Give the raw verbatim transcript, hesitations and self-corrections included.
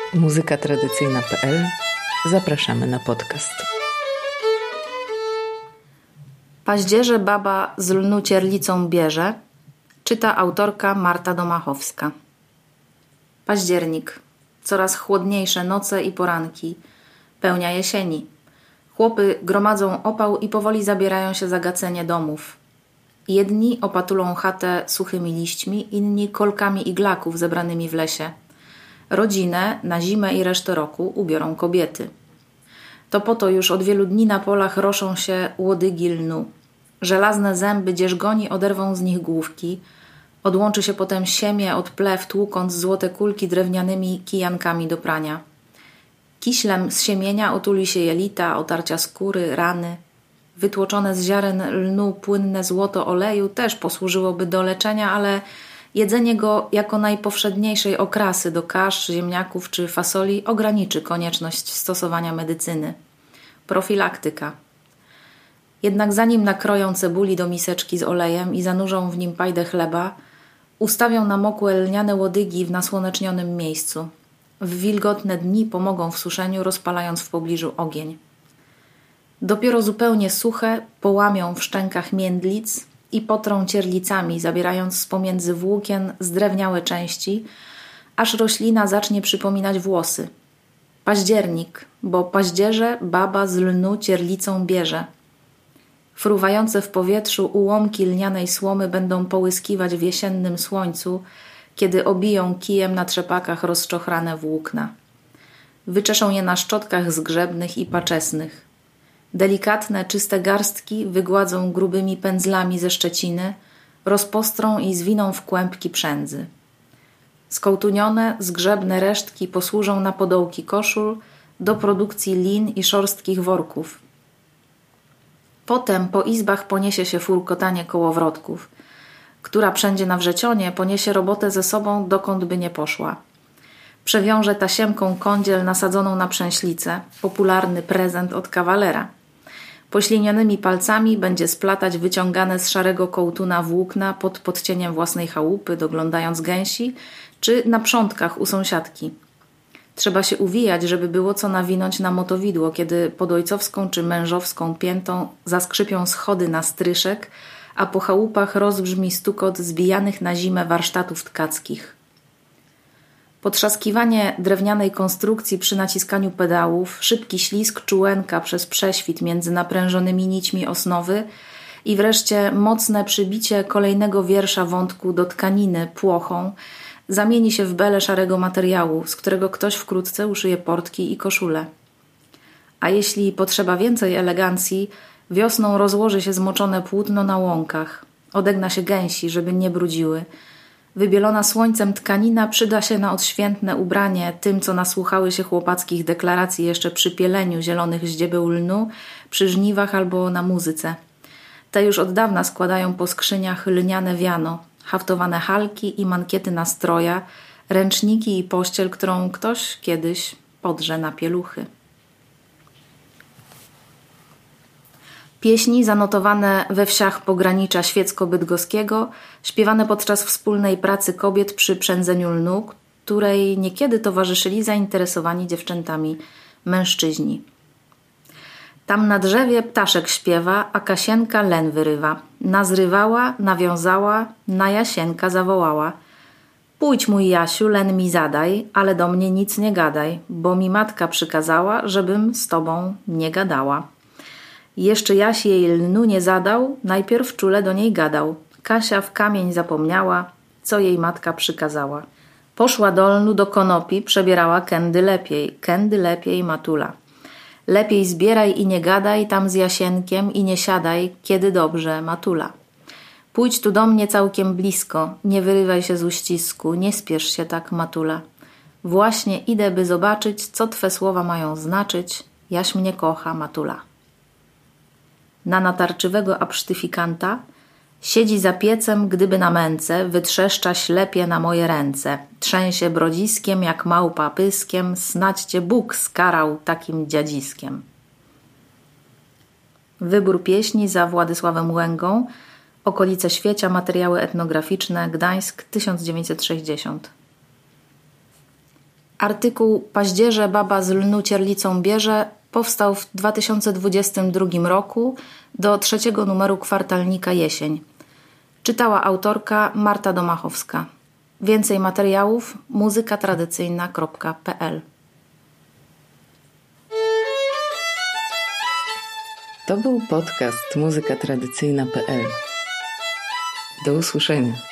muzyka tradycyjna kropka pe el. Zapraszamy na podcast. Paździerze baba z lnu cierlicą bierze, czyta autorka Marta Domachowska. Październik. Coraz chłodniejsze noce i poranki. Pełnia jesieni. Chłopy gromadzą opał i powoli zabierają się za gacenie domów. Jedni opatulą chatę suchymi liśćmi, inni kolkami iglaków zebranymi w lesie. Rodzinę na zimę i resztę roku ubiorą kobiety. To po to już od wielu dni na polach roszą się łodygi lnu. Żelazne zęby dzierzgoni oderwą z nich główki. Odłączy się potem siemię od plew, tłukąc złote kulki drewnianymi kijankami do prania. Kiślem z siemienia otuli się jelita, otarcia skóry, rany. Wytłoczone z ziaren lnu płynne złoto oleju też posłużyłoby do leczenia, ale jedzenie go jako najpowszedniejszej okrasy do kasz, ziemniaków czy fasoli ograniczy konieczność stosowania medycyny. Profilaktyka. Jednak zanim nakroją cebuli do miseczki z olejem i zanurzą w nim pajdę chleba, ustawią namokłe lniane łodygi w nasłonecznionym miejscu. W wilgotne dni pomogą w suszeniu, rozpalając w pobliżu ogień. Dopiero zupełnie suche połamią w szczękach międlic i potrą cierlicami, zabierając z pomiędzy włókien zdrewniałe części, aż roślina zacznie przypominać włosy. Październik, bo paździerze baba z lnu cierlicą bierze. Fruwające w powietrzu ułomki lnianej słomy będą połyskiwać w jesiennym słońcu, kiedy obiją kijem na trzepakach rozczochrane włókna. Wyczeszą je na szczotkach zgrzebnych i paczesnych. Delikatne, czyste garstki wygładzą grubymi pędzlami ze szczeciny, rozpostrą i zwiną w kłębki przędzy. Skołtunione, zgrzebne resztki posłużą na podołki koszul do produkcji lin i szorstkich worków. Potem po izbach poniesie się furkotanie kołowrotków. Która wszędzie na wrzecionie poniesie robotę ze sobą, dokąd by nie poszła. Przewiąże tasiemką kądziel nasadzoną na przęślicę, popularny prezent od kawalera. Poślinionymi palcami będzie splatać wyciągane z szarego kołtuna włókna pod podcieniem własnej chałupy, doglądając gęsi, czy na przątkach u sąsiadki. Trzeba się uwijać, żeby było co nawinąć na motowidło, kiedy pod ojcowską czy mężowską piętą zaskrzypią schody na stryszek, a po chałupach rozbrzmi stukot zbijanych na zimę warsztatów tkackich. Potrzaskiwanie drewnianej konstrukcji przy naciskaniu pedałów, szybki ślizg czułenka przez prześwit między naprężonymi nićmi osnowy i wreszcie mocne przybicie kolejnego wiersza wątku do tkaniny płochą zamieni się w belę szarego materiału, z którego ktoś wkrótce uszyje portki i koszule. A jeśli potrzeba więcej elegancji, wiosną rozłoży się zmoczone płótno na łąkach. Odegna się gęsi, żeby nie brudziły. Wybielona słońcem tkanina przyda się na odświętne ubranie tym, co nasłuchały się chłopackich deklaracji jeszcze przy pieleniu zielonych ździebeł lnu, przy żniwach albo na muzyce. Te już od dawna składają po skrzyniach lniane wiano, haftowane halki i mankiety na stroja, ręczniki i pościel, którą ktoś kiedyś podrze na pieluchy. Pieśni zanotowane we wsiach pogranicza świecko-bydgoskiego, śpiewane podczas wspólnej pracy kobiet przy przędzeniu lnu, której niekiedy towarzyszyli zainteresowani dziewczętami mężczyźni. Tam na drzewie ptaszek śpiewa, a Kasienka len wyrywa. Nazrywała, nawiązała, na Jasienka zawołała. Pójdź mój Jasiu, len mi zadaj, ale do mnie nic nie gadaj, bo mi matka przykazała, żebym z tobą nie gadała. Jeszcze Jaś jej lnu nie zadał, najpierw czule do niej gadał. Kasia w kamień zapomniała, co jej matka przykazała. Poszła do lnu do konopi, przebierała kędy lepiej, kędy lepiej matula. Lepiej zbieraj i nie gadaj tam z Jasienkiem i nie siadaj, kiedy dobrze matula. Pójdź tu do mnie całkiem blisko, nie wyrywaj się z uścisku, nie spiesz się tak matula. Właśnie idę, by zobaczyć, co twe słowa mają znaczyć, Jaś mnie kocha matula. Na natarczywego absztyfikanta siedzi za piecem, gdyby na męce, wytrzeszcza ślepie na moje ręce. Trzęsie brodziskiem jak małpa pyskiem, snać cię Bóg skarał takim dziadziskiem. Wybór pieśni za Władysławem Łęgą, Okolice Świecia, materiały etnograficzne, Gdańsk, tysiąc dziewięćset sześćdziesiąt. Artykuł Paździerze baba z lnu cierlicą bierze powstał w dwa tysiące dwudziestym drugim roku do trzeciego numeru kwartalnika Jesień. Czytała autorka Marta Domachowska. Więcej materiałów muzyka tradycyjna kropka p l. To był podcast muzyka tradycyjna kropka p l. Do usłyszenia.